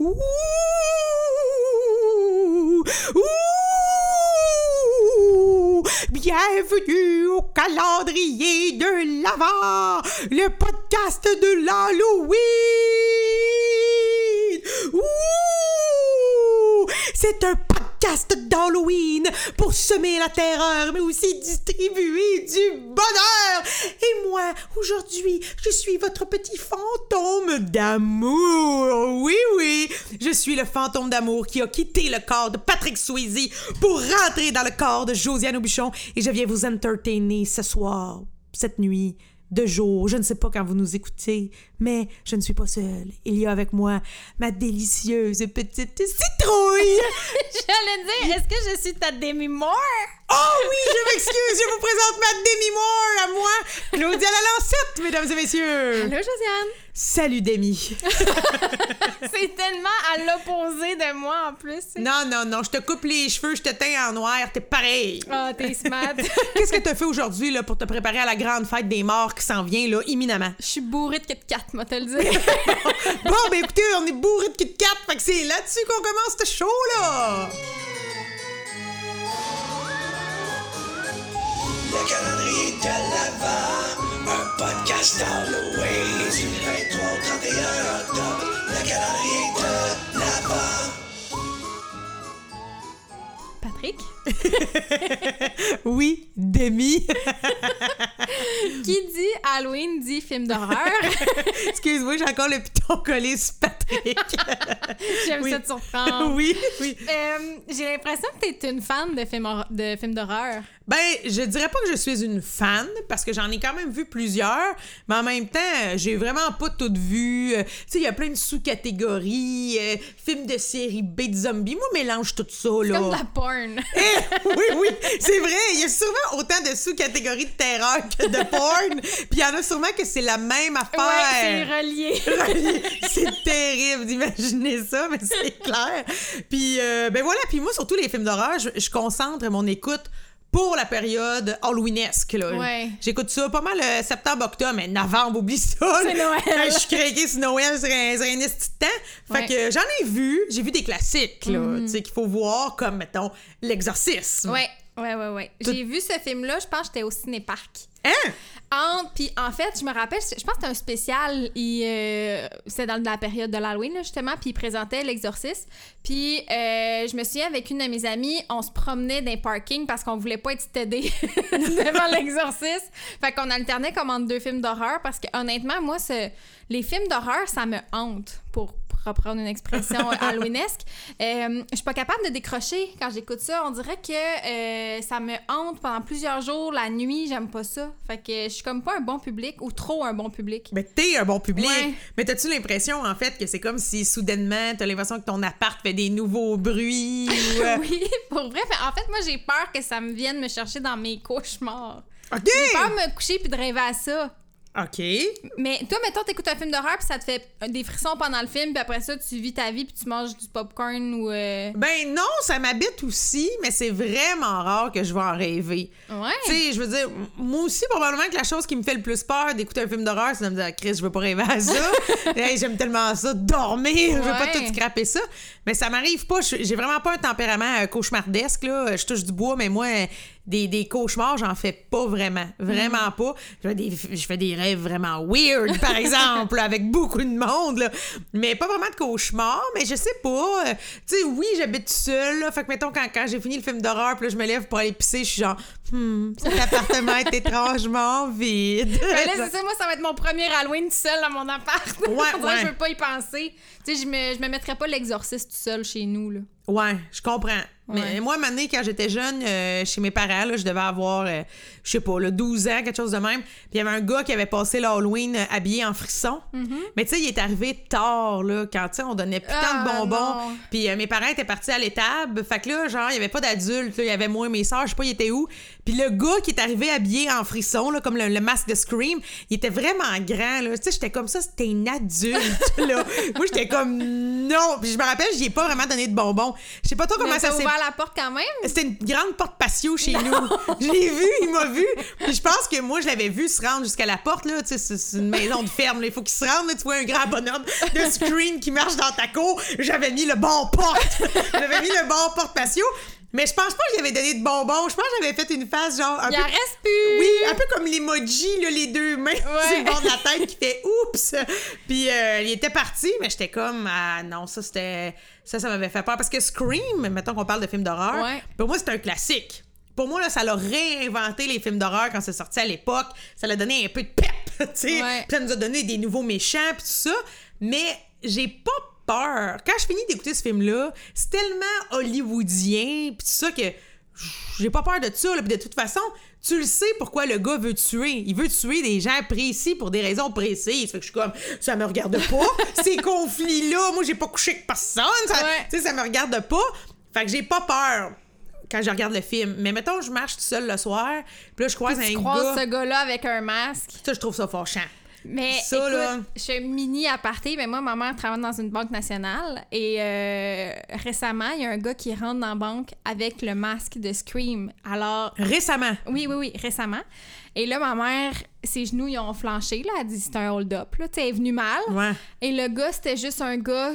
Ouh! Ouh! Bienvenue au calendrier de l'Avent, le podcast de l'Halloween! Ouh! C'est un podcast d'Halloween pour semer la terreur, mais aussi distribuer du bonheur. Et moi, aujourd'hui, je suis votre petit fantôme d'amour. Oui, oui, je suis le fantôme d'amour qui a quitté le corps de Patrick Swayze pour rentrer dans le corps de Josiane Aubuchon. Et je viens vous entertainer ce soir, cette nuit, de jour. Je ne sais pas quand vous nous écoutez, mais je ne suis pas seule. Il y a avec moi ma délicieuse petite citrouille. J'allais dire, est-ce que je suis ta Demi-Moore? Oh oui, je m'excuse, je vous présente ma Demi-Moore à moi, Claudia Lalancette, mesdames et messieurs. Allô, Josiane? Salut, Demi. C'est tellement à l'opposé de moi, en plus. Non, je te coupe les cheveux, je te teins en noir, t'es pareil. Ah, t'es smart. Qu'est-ce que t'as fait aujourd'hui là, pour te préparer à la grande fête des morts qui s'en vient, là, imminemment? Je suis bourrée de Kit Kat, moi te le dire. Bon, ben écoutez, on est bourré de Kit Kat, fait que c'est là-dessus qu'on commence ce show-là. Le calendrier de l'Avent, un podcast Halloween du 23 au 31 octobre. Le calendrier de l'Avent. Patrick? Oui, Demi. Qui dit Halloween dit film d'horreur. Excuse-moi, j'ai encore le piton collé sur Patrick. J'aime Oui. ça te surprendre. Oui. J'ai l'impression que t'es une fan de films d'horreur. Ben, je dirais pas que je suis une fan, parce que j'en ai quand même vu plusieurs, mais en même temps, j'ai vraiment pas toutes vu. Tu sais, il y a plein de sous-catégories, films de série B de zombies. Moi, mélange tout ça, là. Comme de la porn. Oui, c'est vrai. Il y a sûrement autant de sous-catégories de terreur que de porn, puis il y en a sûrement que c'est la même affaire. Ouais, c'est relié. C'est terrible d'imaginer ça, mais c'est clair. Puis, ben voilà, puis moi, surtout les films d'horreur, je concentre mon écoute pour la période halloweenesque, là. Ouais. J'écoute ça pas mal septembre-octobre, mais novembre, oublie ça. C'est là. Noël. Je suis craquée sur Noël, c'est un esti de temps. Fait Ouais. que j'en ai vu, j'ai vu des classiques, là, tu sais, qu'il faut voir, comme, mettons, L'Exorcisme. Ouais. J'ai vu ce film-là, je pense que j'étais au Cinéparc. Hein? Puis en fait, je me rappelle, je pense que c'était un spécial, c'était dans la période de l'Halloween, là, justement, puis il présentait L'Exorcisme. Puis je me souviens, avec une de mes amies, on se promenait dans les parkings parce qu'on voulait pas être stédés devant L'Exorcisme. Fait qu'on alternait comme entre deux films d'horreur parce que honnêtement, moi, les films d'horreur, ça me hante, pour reprendre une expression halloweenesque. Je suis pas capable de décrocher quand j'écoute ça. On dirait que ça me hante pendant plusieurs jours, la nuit, j'aime pas ça. Fait que je suis comme pas un bon public ou trop un bon public. Ben, t'es un bon public. Ouais. Mais t'as-tu l'impression, en fait, que c'est comme si soudainement, t'as l'impression que ton appart fait des nouveaux bruits? Ou, Oui, pour vrai. En fait, moi, j'ai peur que ça me vienne me chercher dans mes cauchemars. OK! J'ai peur de me coucher puis de rêver à ça. OK. Mais toi, mettons, t'écoutes un film d'horreur puis ça te fait des frissons pendant le film puis après ça, tu vis ta vie puis tu manges du popcorn ou... Ben non, ça m'habite aussi, mais c'est vraiment rare que je vais en rêver. Ouais. Tu sais, je veux dire, moi aussi, probablement que la chose qui me fait le plus peur d'écouter un film d'horreur, c'est de me dire, Chris, je veux pas rêver à ça. Hey, j'aime tellement ça, dormir, je veux pas Ouais. tout scraper ça. Mais ça m'arrive pas, j'ai vraiment pas un tempérament cauchemardesque, là. Je touche du bois, mais moi... Des cauchemars, j'en fais pas vraiment. Vraiment pas. Je fais des rêves vraiment weird, par exemple, avec beaucoup de monde, là. Mais pas vraiment de cauchemars, mais je sais pas. Tu sais, oui, j'habite seule, là. Fait que, mettons, quand j'ai fini le film d'horreur, puis là, je me lève pour aller pisser, je suis genre, cet appartement est étrangement vide. Ben là, c'est ça, moi, ça va être mon premier Halloween tout seul dans mon appart. Ouais, On dirait que ouais. je veux pas y penser. Tu sais, je me mettrais pas l'exorciste tout seul chez nous, là. Ouais, je comprends. Ouais. Mais moi, à un moment donné, quand j'étais jeune, chez mes parents, là, je devais avoir, je sais pas, là, 12 ans, quelque chose de même. Puis il y avait un gars qui avait passé l'Halloween habillé en frisson. Mais tu sais, il est arrivé tard, là, quand, tu sais, on donnait plus tant de bonbons. Non. Puis mes parents étaient partis à l'étable. Fait que là, genre, il y avait pas d'adultes. là. Il y avait moi et mes sœurs, je sais pas, ils étaient où. Puis le gars qui est arrivé habillé en frisson, là, comme le masque de Scream, il était vraiment grand, là. Tu sais, j'étais comme ça, c'était une adulte, là. Moi, j'étais comme non. Puis je me rappelle, j'y ai pas vraiment donné de bonbons. Je sais pas trop comment Mais ça t'as s'est... ouvert la porte quand même? C'était une grande porte patio chez nous. Je l'ai vu, il m'a vu. Puis je pense que moi, je l'avais vu se rendre jusqu'à la porte, là. Tu sais, c'est une maison de ferme, là. Il faut qu'il se rende, là. Tu vois un grand bonhomme de Scream qui marche dans ta cour. J'avais mis le bon porte. J'avais mis le bon porte patio. Mais je pense pas que j'avais donné de bonbons. Je pense que j'avais fait une face genre un Il peu... en reste plus! Oui, un peu comme l'emoji, là, les deux mains sur le bord de la tête qui fait « oups ». Puis il était parti, mais j'étais comme « ah non, ça c'était... Ça m'avait fait peur. » Parce que Scream, mettons qu'on parle de films d'horreur, pour moi, c'est un classique. Pour moi, là, ça l'a réinventé les films d'horreur quand c'est sorti à l'époque. Ça l'a donné un peu de pep, tu sais. Puis ça nous a donné des nouveaux méchants, puis tout ça. Mais j'ai pas peur. Quand je finis d'écouter ce film-là, c'est tellement hollywoodien, puis tout ça, que j'ai pas peur de ça. Puis de toute façon, tu le sais pourquoi le gars veut tuer. Il veut tuer des gens précis pour des raisons précises. Fait que je suis comme, ça me regarde pas. Ces conflits-là, moi, j'ai pas couché avec personne. Tu sais, ça me regarde pas. Fait que j'ai pas peur quand je regarde le film. Mais mettons, je marche tout seul le soir, puis là, je croise un gars... ce gars-là avec un masque. Ça, je trouve ça fâchant. Mais ça, écoute, là... je suis mini aparté, mais moi, ma mère travaille dans une banque nationale et récemment, il y a un gars qui rentre dans la banque avec le masque de Scream. Alors... Récemment? Oui, récemment. Et là, ma mère, ses genoux, ils ont flanché, là. Elle dit c'était un hold-up, là. Tu sais, elle est venue mal. Ouais. Et le gars, c'était juste un gars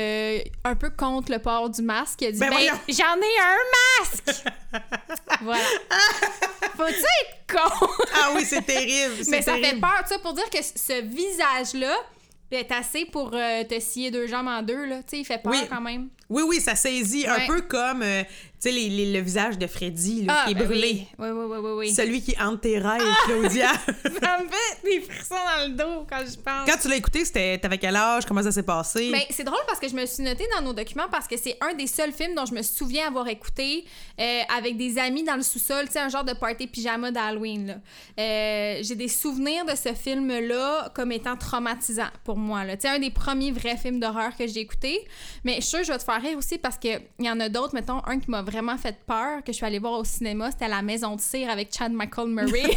un peu contre le port du masque. Il a dit, ben j'en ai un masque! Voilà. Faut-tu être con? Ah oui, c'est terrible. Mais ça fait peur, tu sais, pour dire que ce visage-là est assez pour te scier deux jambes en deux, là. Tu sais, il fait peur quand même. Oui, ça saisit un peu comme, tu sais, le visage de Freddy, là, qui est brûlé. Oui. Celui qui hante tes rêves, Claudia. Ça me fait des frissons dans le dos quand je pense. Quand tu l'as écouté, t'avais quel âge? Comment ça s'est passé? Ben, c'est drôle parce que je me suis notée dans nos documents parce que c'est un des seuls films dont je me souviens avoir écouté avec des amis dans le sous-sol, tu sais, un genre de party pyjama d'Halloween, là. J'ai des souvenirs de ce film-là comme étant traumatisant pour moi, là. Tu sais, un des premiers vrais films d'horreur que j'ai écouté. Mais je suis sûre que je vais te faire rire aussi parce qu'il y en a d'autres, mettons, un qui m'a vraiment fait peur, que je suis allée voir au cinéma, c'était La Maison de cire avec Chad Michael-Murray.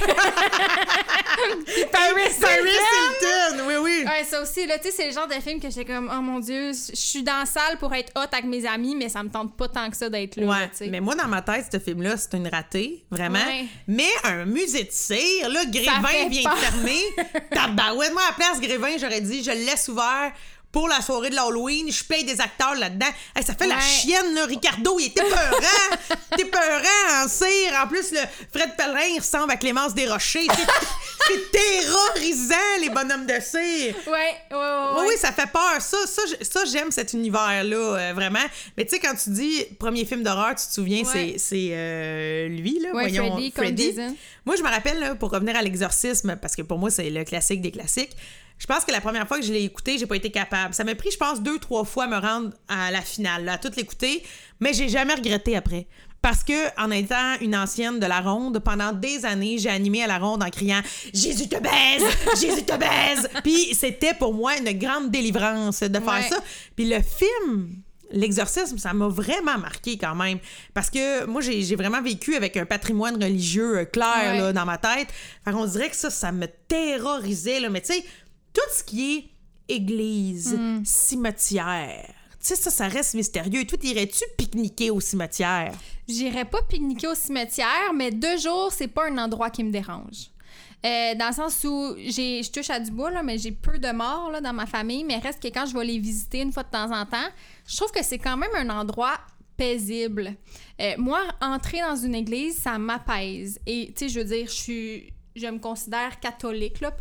Paris Hilton! Oui. Ouais, ça aussi, là, tu sais, c'est le genre de film que j'étais comme, oh mon Dieu, je suis dans la salle pour être hot avec mes amis, mais ça me tente pas tant que ça d'être là. Ouais, tu sais. mais moi, dans ma tête, ce film-là, c'est une ratée, vraiment. Ouais. Mais un musée de cire, là, Grévin vient de fermer. Tabarouette, moi, à la place Grévin, j'aurais dit, je le laisse ouvert pour la soirée de l'Halloween, je paye des acteurs là-dedans. Hey, ça fait la chienne, là. Ricardo, il était peurant. T'es peurant en cire. En plus, le Fred Pellerin, il ressemble à Clémence Desrochers. C'est terrorisant, les bonhommes de cire. Ouais. Oui, ça fait peur. Ça j'aime cet univers-là, vraiment. Mais tu sais, quand tu dis premier film d'horreur, tu te souviens, c'est lui, là. Ouais, voyons, Freddy. Moi, je me rappelle, là, pour revenir à l'exorcisme, parce que pour moi, c'est le classique des classiques. Je pense que la première fois que je l'ai écouté, j'ai pas été capable. Ça m'a pris, je pense, 2-3 fois à me rendre à la finale, là, à tout l'écouter, mais j'ai jamais regretté après. Parce que, en étant une ancienne de la Ronde, pendant des années, j'ai animé à la Ronde en criant « Jésus te baise! Jésus te baise! » Puis c'était pour moi une grande délivrance de faire ça. Puis le film... L'exorcisme, ça m'a vraiment marqué quand même. Parce que moi, j'ai vraiment vécu avec un patrimoine religieux clair là, dans ma tête. Fait qu'on dirait que ça me terrorisait. Là. Mais tu sais, tout ce qui est église, cimetière, tu sais, ça reste mystérieux. Toi, irais-tu pique-niquer au cimetière? J'irais pas pique-niquer au cimetière, mais 2 jours, c'est pas un endroit qui me dérange. Dans le sens où je touche à du bois, là, mais j'ai peu de morts là, dans ma famille, mais reste que quand je vais les visiter une fois de temps en temps, je trouve que c'est quand même un endroit paisible. Moi, entrer dans une église, ça m'apaise. Et, tu sais, je veux dire, je me considère catholique là,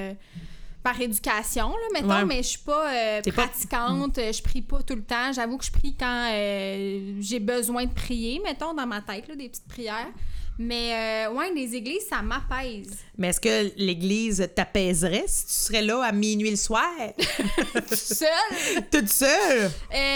par éducation, là, mettons, mais je suis pas pratiquante, je prie pas tout le temps. J'avoue que je prie quand j'ai besoin de prier, mettons, dans ma tête, là, des petites prières. Mais, les églises, ça m'apaise. Mais est-ce que l'église t'apaiserait si tu serais là à minuit le soir? Toute seule? Toute seule?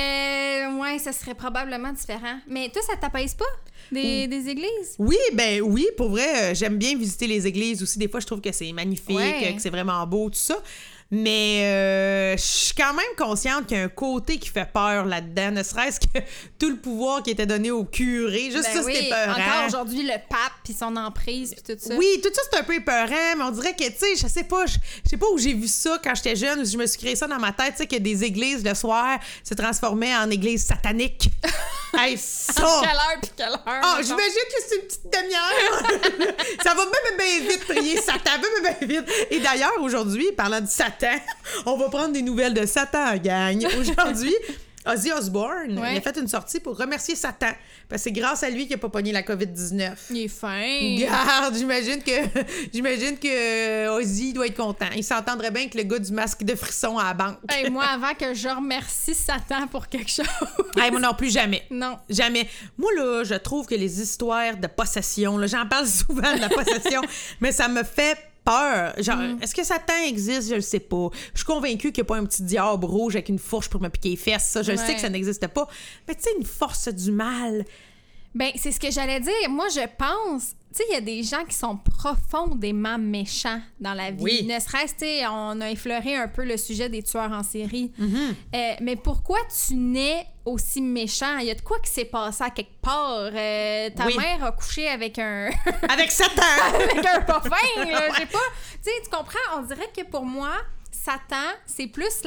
Ça serait probablement différent. Mais toi, ça t'apaise pas? Des églises? Oui, pour vrai, j'aime bien visiter les églises aussi. Des fois, je trouve que c'est magnifique, que c'est vraiment beau, tout ça. Mais je suis quand même consciente qu'il y a un côté qui fait peur là-dedans, ne serait-ce que tout le pouvoir qui était donné au curé. Juste ça, c'était épeurant. Encore aujourd'hui, le pape puis son emprise puis tout ça. Oui, tout ça, c'est un peu épeurant, mais on dirait que, tu sais, je sais pas où j'ai vu ça quand j'étais jeune, je me suis créé ça dans ma tête, tu sais, que des églises, le soir, se transformaient en églises sataniques. Hey, ça! À quelle heure puis quelle heure? Ah, j'imagine que c'est une petite demi-heure. Ça va même bien vite prier Satan, même bien vite. Et d'ailleurs, aujourd'hui, parlant de Satan, on va prendre des nouvelles de Satan, gang. Aujourd'hui, Ozzy Osbourne, il a fait une sortie pour remercier Satan. Parce que c'est grâce à lui qu'il n'a pas pogné la COVID-19. Il est fin. Regarde, j'imagine que Ozzy doit être content. Il s'entendrait bien avec le gars du masque de frisson à la banque. Hey, moi, avant que je remercie Satan pour quelque chose. Hey, moi non plus, jamais. Non. Jamais. Moi, là, je trouve que les histoires de possession, là, j'en parle souvent de la possession, mais ça me fait peur. Genre, est-ce que Satan existe? Je le sais pas. Je suis convaincue qu'il n'y a pas un petit diable rouge avec une fourche pour me piquer les fesses. Ça, je le sais que ça n'existe pas. Mais tu sais, une force du mal. Ben, c'est ce que j'allais dire. Moi, je pense... Tu sais, il y a des gens qui sont profondément méchants dans la vie. Oui. Ne serait-ce, tu sais, on a effleuré un peu le sujet des tueurs en série. Mm-hmm. Mais pourquoi tu nais aussi méchant? Il y a de quoi qui s'est passé à quelque part? Ta mère a couché avec un... Avec Satan! avec un parfum, là, je sais pas. Tu sais, tu comprends? On dirait que pour moi, Satan, c'est plus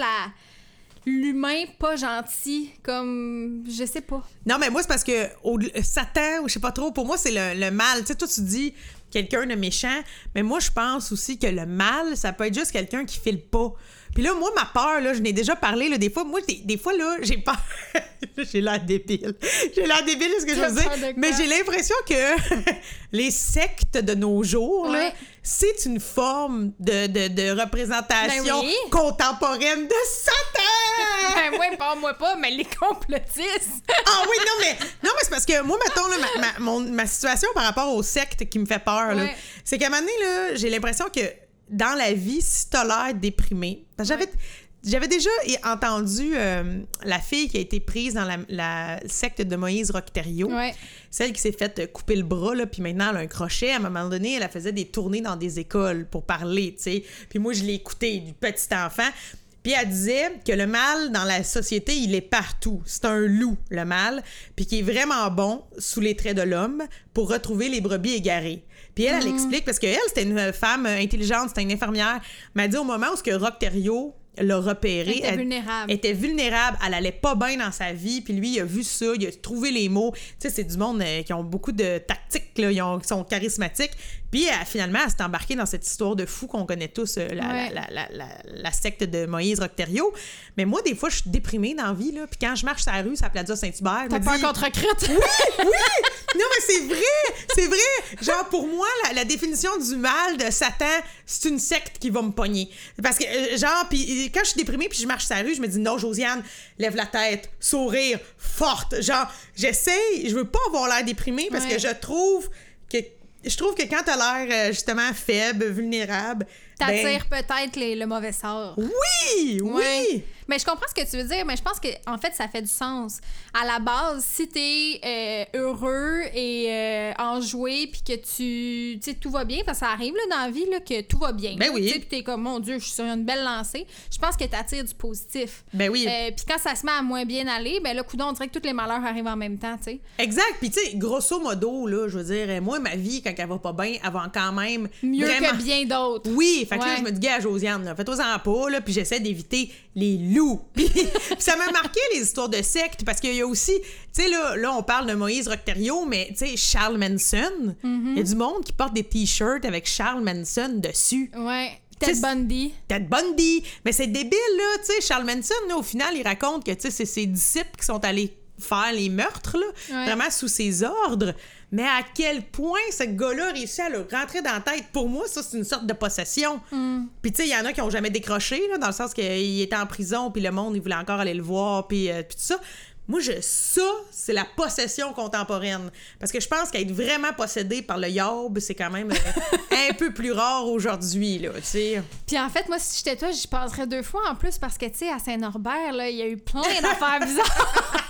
l'humain pas gentil, comme... Je sais pas. Non, mais moi, c'est parce que Satan, ou je sais pas trop, pour moi, c'est le mal. Tu sais, toi, tu dis quelqu'un de méchant, mais moi, je pense aussi que le mal, ça peut être juste quelqu'un qui file pas. Puis là, moi, ma peur, là, je n'ai déjà parlé, là, des fois, là, j'ai peur. J'ai l'air débile. J'ai l'air débile, c'est ce que je veux dire. Mais j'ai l'impression que les sectes de nos jours, là, c'est une forme de représentation contemporaine de Satan! Ben oui, moi pas, mais les complotistes! Ah oui, non, mais c'est parce que moi, mettons, là, ma situation par rapport aux sectes qui me fait peur, là, c'est qu'à un moment donné, là, j'ai l'impression que dans la vie, si t'as l'air déprimé... J'avais déjà entendu la fille qui a été prise dans la secte de Moïse Roqueterio, celle qui s'est fait couper le bras, là, puis maintenant elle a un crochet. À un moment donné, elle faisait des tournées dans des écoles pour parler, tu sais. Puis moi, je l'ai écoutée du petit enfant. Puis elle disait que le mal dans la société, il est partout. C'est un loup, le mal, puis qui est vraiment bon sous les traits de l'homme pour retrouver les brebis égarées. Puis elle explique, parce qu'elle, c'était une femme intelligente, c'était une infirmière, mais elle dit au moment où Roqueterio l'a repérée, elle était vulnérable, elle allait pas bien dans sa vie, puis lui, il a vu ça, il a trouvé les mots. Tu sais, c'est du monde qui ont beaucoup de tactiques, là, qui sont charismatiques. Puis finalement, elle s'est embarquée dans cette histoire de fou qu'on connaît tous, la secte de Moïse Roqueterio. Mais moi, des fois, je suis déprimée dans la vie, là, puis quand je marche sur la rue, ça Plaza Saint-Hubert, t'as peur qu'on te recrute? Oui! Non, mais c'est vrai! Genre, pour moi, la définition du mal de Satan, c'est une secte qui va me pogner. Parce que, genre, puis quand je suis déprimée puis je marche sur la rue, je me dis, non, Josiane, lève la tête, sourire, forte. Genre, j'essaye, je veux pas avoir l'air déprimée parce que je trouve que quand t'as l'air, justement, faible, vulnérable... T'attires peut-être le mauvais sort. Oui! Oui! Mais je comprends ce que tu veux dire, mais je pense que en fait, ça fait du sens. À la base, si t'es heureux et enjoué, puis que tu sais, tout va bien, parce que ça arrive là, dans la vie là, que tout va bien. Ben oui. Puis t'es comme, mon Dieu, je suis sur une belle lancée. Je pense que t'attires du positif. Ben oui. Puis quand ça se met à moins bien aller, ben là, coudonc, on dirait que tous les malheurs arrivent en même temps, tu sais. Exact. Puis tu sais, grosso modo, là, je veux dire, moi, ma vie, quand elle va pas bien, elle va quand même mieux vraiment... que bien d'autres. Oui. Fait que là, je me dis, gars, Josiane, là, fais-toi-en pas, là, puis j'essaie d'éviter les loups. Puis ça m'a marqué, les histoires de sectes, parce qu'il y a aussi, tu sais, là, on parle de Moïse Roqueterio, mais tu sais, Charles Manson, il y a du monde qui porte des t-shirts avec Charles Manson dessus. Ouais. Ted Bundy. Mais c'est débile, là, tu sais, Charles Manson, là, au final, il raconte que, tu sais, c'est ses disciples qui sont allés faire les meurtres, là, vraiment sous ses ordres. Mais à quel point ce gars-là réussit à le rentrer dans la tête? Pour moi, ça, c'est une sorte de possession. Puis, tu sais, il y en a qui ont jamais décroché, là, dans le sens qu'il était en prison, puis le monde, il voulait encore aller le voir, puis tout ça. Moi, ça, c'est la possession contemporaine. Parce que je pense qu'être vraiment possédé par le yob, c'est quand même un peu plus rare aujourd'hui, là, tu sais. Puis en fait, moi, si j'étais toi, j'y passerais 2 fois en plus, parce que, tu sais, à Saint-Norbert, là, il y a eu plein d'affaires bizarres.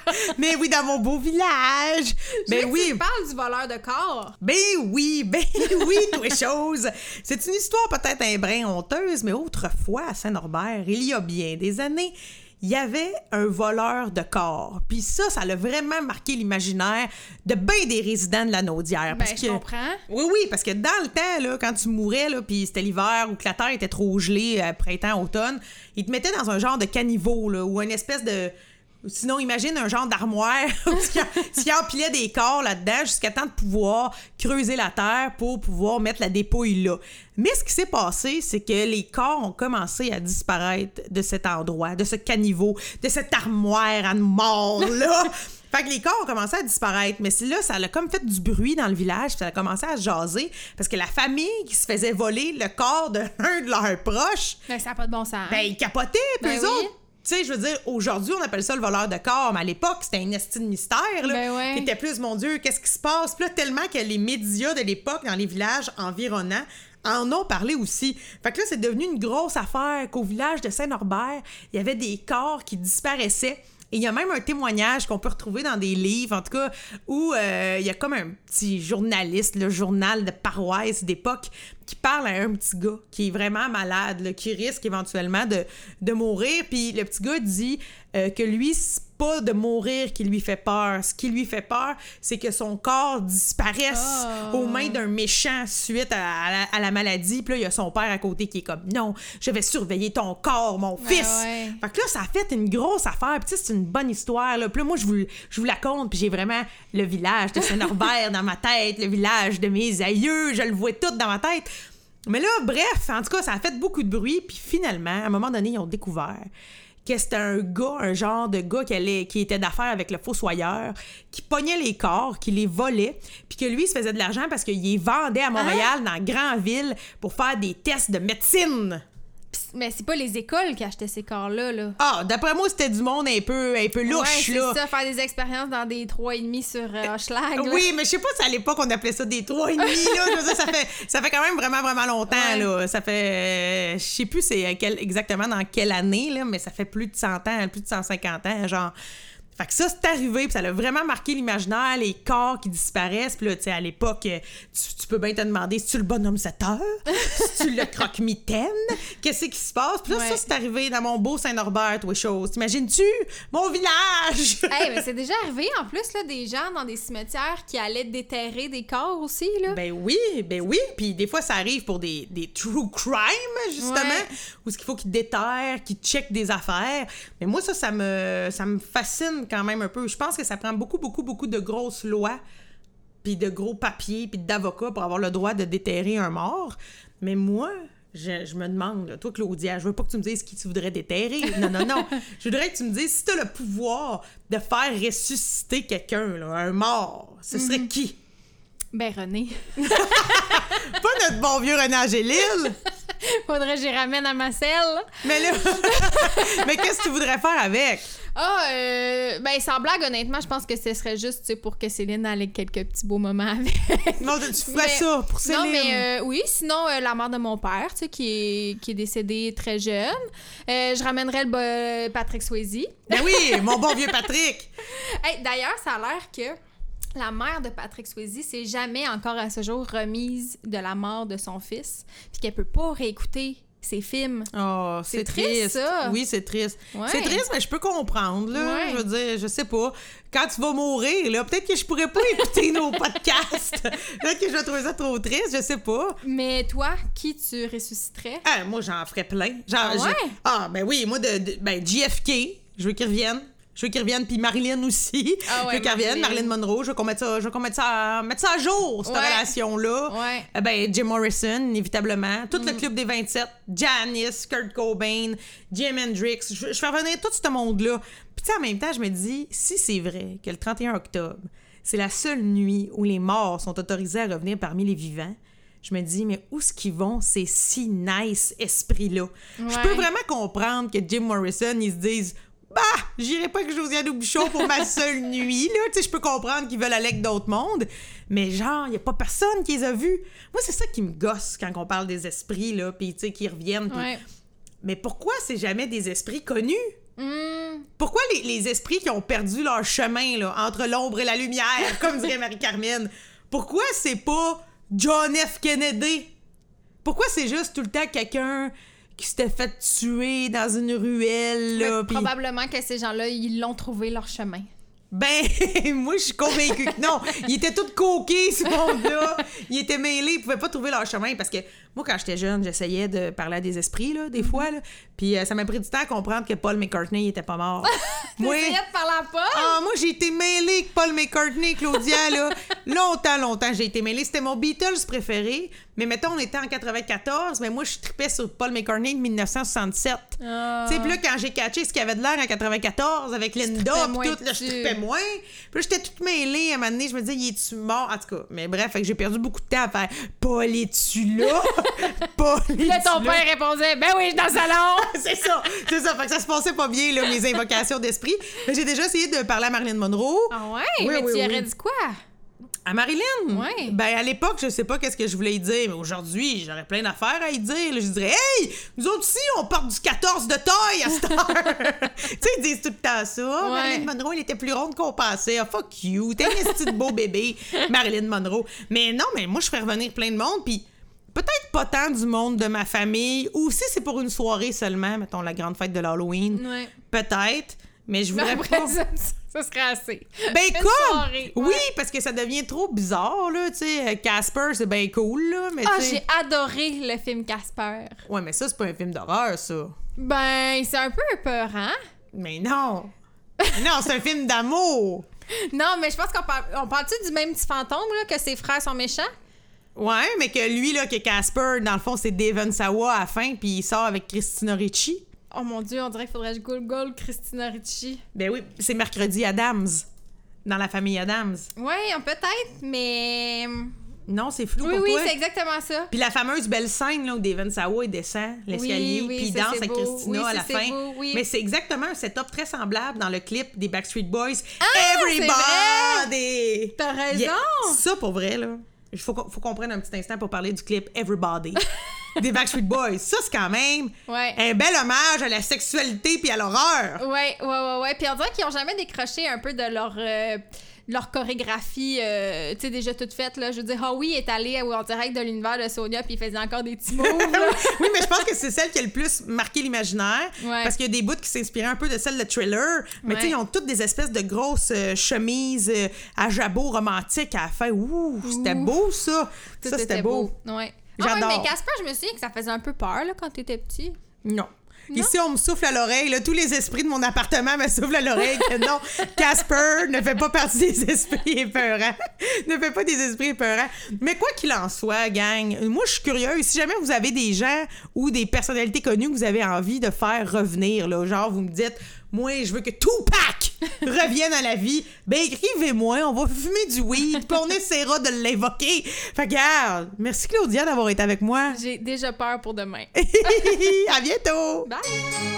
Mais oui, dans mon beau village. Mais Ben oui. Tu parles du voleur de corps. Ben oui, toutes les choses. C'est une histoire peut-être un brin honteuse, mais autrefois, à Saint-Norbert, il y a bien des années, il y avait un voleur de corps. Puis ça l'a vraiment marqué l'imaginaire de bien des résidents de la Naudière. Ben, je comprends. Oui, parce que dans le temps, là, quand tu mourais, là, puis c'était l'hiver ou que la terre était trop gelée, printemps, automne, ils te mettaient dans un genre de caniveau, là, ou une espèce de... Sinon, imagine un genre d'armoire où tu empilais des corps là-dedans jusqu'à temps de pouvoir creuser la terre pour pouvoir mettre la dépouille là. Mais ce qui s'est passé, c'est que les corps ont commencé à disparaître de cet endroit, de ce caniveau, de cette armoire à mort-là. Fait que les corps ont commencé à disparaître. Mais là, ça a comme fait du bruit dans le village, puis ça a commencé à jaser, parce que la famille qui se faisait voler le corps d'un de leurs proches... Ben, ça n'a pas de bon sens. Ben, ils capotaient, puis Ben eux oui. autres... Tu sais, je veux dire, aujourd'hui, on appelle ça le voleur de corps, mais à l'époque, c'était un esti de mystère, là. Ben ouais. C'était plus, mon Dieu, qu'est-ce qui se passe? Puis là, tellement que les médias de l'époque, dans les villages environnants, en ont parlé aussi. Fait que là, c'est devenu une grosse affaire qu'au village de Saint-Norbert, il y avait des corps qui disparaissaient. Et il y a même un témoignage qu'on peut retrouver dans des livres, en tout cas, où il y a comme un petit journaliste, le journal de paroisse d'époque, qui parle à un petit gars qui est vraiment malade, là, qui risque éventuellement de mourir. Puis le petit gars dit que lui, c'est pas de mourir qui lui fait peur. Ce qui lui fait peur, c'est que son corps disparaisse aux mains d'un méchant suite à la maladie. Puis là, il y a son père à côté qui est comme « Non, je vais surveiller ton corps, mon fils! Ouais. » Fait que là, ça a fait une grosse affaire. Puis tu sais, c'est une bonne histoire. Là. Puis là, moi, je vous la conte. Puis j'ai vraiment le village de Saint-Norbert dans ma tête, le village de mes aïeux. Je le vois tout dans ma tête. Mais là, bref, en tout cas, ça a fait beaucoup de bruit. Puis finalement, à un moment donné, ils ont découvert que c'était un gars, un genre de gars qui était d'affaires avec le fossoyeur, qui pognait les corps, qui les volait, puis que lui, il se faisait de l'argent parce qu'il les vendait à Montréal, dans la grande ville, pour faire des tests de médecine. Mais c'est pas les écoles qui achetaient ces corps-là, là. Ah, d'après moi, c'était du monde un peu louche, ouais, là. c'est ça, faire des expériences dans des 3,5 sur Hochelag. Oui, mais je sais pas si à l'époque, on appelait ça des 3,5, là. Je veux dire, ça fait quand même vraiment, vraiment longtemps, Ouais. là. Ça fait... je sais plus c'est exactement dans quelle année, là, mais ça fait plus de 100 ans, plus de 150 ans, genre... Fait que ça, c'est arrivé, puis ça a vraiment marqué l'imaginaire, les corps qui disparaissent. Puis là, tu sais, à l'époque, tu peux bien te demander si tu le bonhomme 7 heures, si tu le croque-mitaine, qu'est-ce qui se passe? Puis là, Ouais. ça, c'est arrivé dans mon beau Saint-Norbert, toi, chose. T'imagines-tu? Mon village! Hey, mais c'est déjà arrivé, en plus, là, des gens dans des cimetières qui allaient déterrer des corps aussi, là. Ben oui. Puis des fois, ça arrive pour des true crime, justement, Ouais. où ce qu'il faut qu'ils déterrent, qu'ils checkent des affaires. Mais moi, ça me fascine quand même un peu. Je pense que ça prend beaucoup de grosses lois, puis de gros papiers, puis d'avocats pour avoir le droit de déterrer un mort. Mais moi... Je me demande, là, toi, Claudia, je veux pas que tu me dises qui tu voudrais déterrer. Non. Je voudrais que tu me dises si t'as le pouvoir de faire ressusciter quelqu'un, là, un mort, ce serait qui? Ben, René. Pas notre bon vieux René Angélil! Faudrait que j'y ramène à ma selle. Mais là... Mais qu'est-ce que tu voudrais faire avec? Ben, sans blague, honnêtement, je pense que ce serait juste, tu sais, pour que Céline ait quelques petits beaux moments avec. Non, tu ferais Mais- ça pour Céline. Non, mais oui, sinon, la mère de mon père, tu sais, qui est décédée très jeune. Je ramènerais le Patrick Swayze. Ben oui, mon bon vieux Patrick! Hey, d'ailleurs, ça a l'air que la mère de Patrick Swayze s'est jamais encore à ce jour remise de la mort de son fils, puis qu'elle peut pas réécouter ses films. Oh, c'est triste, ça. Oui, c'est triste. Ouais. C'est triste, mais je peux comprendre, là. Ouais. Je veux dire, je sais pas. Quand tu vas mourir, là, peut-être que je pourrais pas écouter nos podcasts. Peut-être que je vais trouver ça trop triste, je sais pas. Mais toi, qui tu ressusciterais? Ah, moi, j'en ferais plein. Genre, Ah ouais? ben oui, moi, ben, JFK, je veux qu'il revienne. Je veux qu'il revienne, puis Marilyn aussi. Ah ouais, je veux qu'elle revienne, Marilyn. Marilyn Monroe. Je veux qu'on mette ça à jour, cette Ouais. relation-là. Ouais. Ben, Jim Morrison, inévitablement. Tout le club des 27. Janice, Kurt Cobain, Jimi Hendrix. Je fais revenir tout ce monde-là. Puis, tu sais, en même temps, je me dis, si c'est vrai que le 31 octobre, c'est la seule nuit où les morts sont autorisés à revenir parmi les vivants, je me dis, mais où est-ce qu'ils vont, ces si nice esprits-là? Je Ouais. peux vraiment comprendre que Jim Morrison, ils se disent, bah, j'irai pas avec Josiane Aubuchon pour ma seule nuit, là. Tu sais, je peux comprendre qu'ils veulent aller avec d'autres mondes, mais genre, y a pas personne qui les a vus. Moi, c'est ça qui me gosse quand on parle des esprits, là, puis tu sais, qui reviennent. Puis... Ouais. Mais pourquoi c'est jamais des esprits connus? Pourquoi les esprits qui ont perdu leur chemin là, entre l'ombre et la lumière, comme dirait Marie-Carmen, pourquoi c'est pas John F. Kennedy? Pourquoi c'est juste tout le temps quelqu'un qui s'était fait tuer dans une ruelle? Là, pis... Probablement que ces gens-là, ils l'ont trouvé leur chemin. Ben, moi, je suis convaincue que non. Ils étaient tous coqués, ce monde-là. Ils étaient mêlés, ils pouvaient pas trouver leur chemin. Parce que moi, quand j'étais jeune, j'essayais de parler à des esprits, là, des fois. Là. Puis ça m'a pris du temps à comprendre que Paul McCartney, il était pas mort. T'essayais de parler à Paul? Ah, moi, j'ai été mêlée avec Paul McCartney, Claudia, là. Longtemps, j'ai été mêlée. C'était mon Beatles préféré. Mais mettons, on était en 94, mais moi, je tripais sur Paul McCartney de 1967. Tu sais, puis là, quand j'ai catché ce qu'il y avait de l'air en 94 avec Linda, pis tout, là, je tripais moins. Puis là, j'étais toute mêlée. À un moment donné, je me disais, il est-tu mort? En tout cas, mais bref, fait que j'ai perdu beaucoup de temps à faire Paul, es-tu là? Paul, es-tu là? Là, ton père répondait, ben oui, je suis dans le salon! c'est ça. Fait que ça se passait pas bien, là, mes invocations d'esprit. Mais j'ai déjà essayé de parler à Marilyn Monroe. Ah ouais? Mais tu aurais dit quoi? À Marilyn? Ouais. Ben, à l'époque, je sais pas qu'est-ce que je voulais y dire, mais aujourd'hui, j'aurais plein d'affaires à y dire. Là, je dirais, hey, nous autres aussi, on porte du 14 de taille à cette heure. Tu sais, ils disent tout le temps ça. Ouais. Marilyn Monroe, elle était plus ronde qu'on pensait. Ah, fuck you. T'es un petit beau bébé, Marilyn Monroe. Mais non, mais moi, je ferais revenir plein de monde, puis peut-être pas tant du monde de ma famille, ou si c'est pour une soirée seulement, mettons la grande fête de l'Halloween. Ouais. Peut-être. Mais je voudrais pas... Ça serait assez. Ben comme! Soirée, oui, parce que ça devient trop bizarre, là, tu sais. Casper, c'est bien cool, là, mais tu sais... j'ai adoré le film Casper. Ouais, mais ça, c'est pas un film d'horreur, ça. Ben, c'est un peu épeurant. Mais non! Non, c'est un film d'amour! Non, mais je pense qu'on parle-tu du même petit fantôme, là, que ses frères sont méchants? Ouais, mais que lui, là, que Casper, dans le fond, c'est Devon Sawa à la fin, puis il sort avec Christina Ricci. Oh mon Dieu, on dirait qu'il faudrait que je google Christina Ricci. Ben oui, c'est Mercredi Addams, dans la famille Addams. Ouais, peut-être, mais... Non, c'est flou pour toi. Oui, c'est exactement ça. Puis la fameuse belle scène là, où Devon Sawa il descend l'escalier, puis il danse avec Christina à la fin. Beau, oui. Mais c'est exactement un setup très semblable dans le clip des Backstreet Boys. Ah, Everybody! T'as raison! Yeah. Ça, pour vrai, là, il faut qu'on prenne un petit instant pour parler du clip Everybody des Backstreet Boys. Ça, c'est quand même un bel hommage à la sexualité puis à l'horreur. Ouais. Puis on dirait qu'ils ont jamais décroché un peu de leur chorégraphie, tu sais, déjà toute faite, là. Je veux dire, Howie est allé en direct de l'univers de Sonia, puis il faisait encore des petits moves, là. Oui, mais je pense que c'est celle qui a le plus marqué l'imaginaire, parce qu'il y a des bouts qui s'inspiraient un peu de celle de Thriller, mais tu sais, ils ont toutes des espèces de grosses chemises à jabot romantiques à la fin. Ouh, c'était beau, ça! Ça, c'était beau. Ouais. J'adore. Mais Casper, je me souviens que ça faisait un peu peur, là, quand t'étais petit. Non. Ici, on me souffle à l'oreille. Là, tous les esprits de mon appartement me soufflent à l'oreille que non, Casper ne fait pas partie des esprits épeurants. Ne fait pas des esprits épeurants. Mais quoi qu'il en soit, gang, moi, je suis curieuse. Si jamais vous avez des gens ou des personnalités connues que vous avez envie de faire revenir, là, genre, vous me dites, moi, je veux que Tupac revienne à la vie, ben écrivez-moi, on va fumer du weed, puis on essaiera de l'invoquer. Fait que, regarde, merci Claudia d'avoir été avec moi. J'ai déjà peur pour demain. À bientôt! Bye!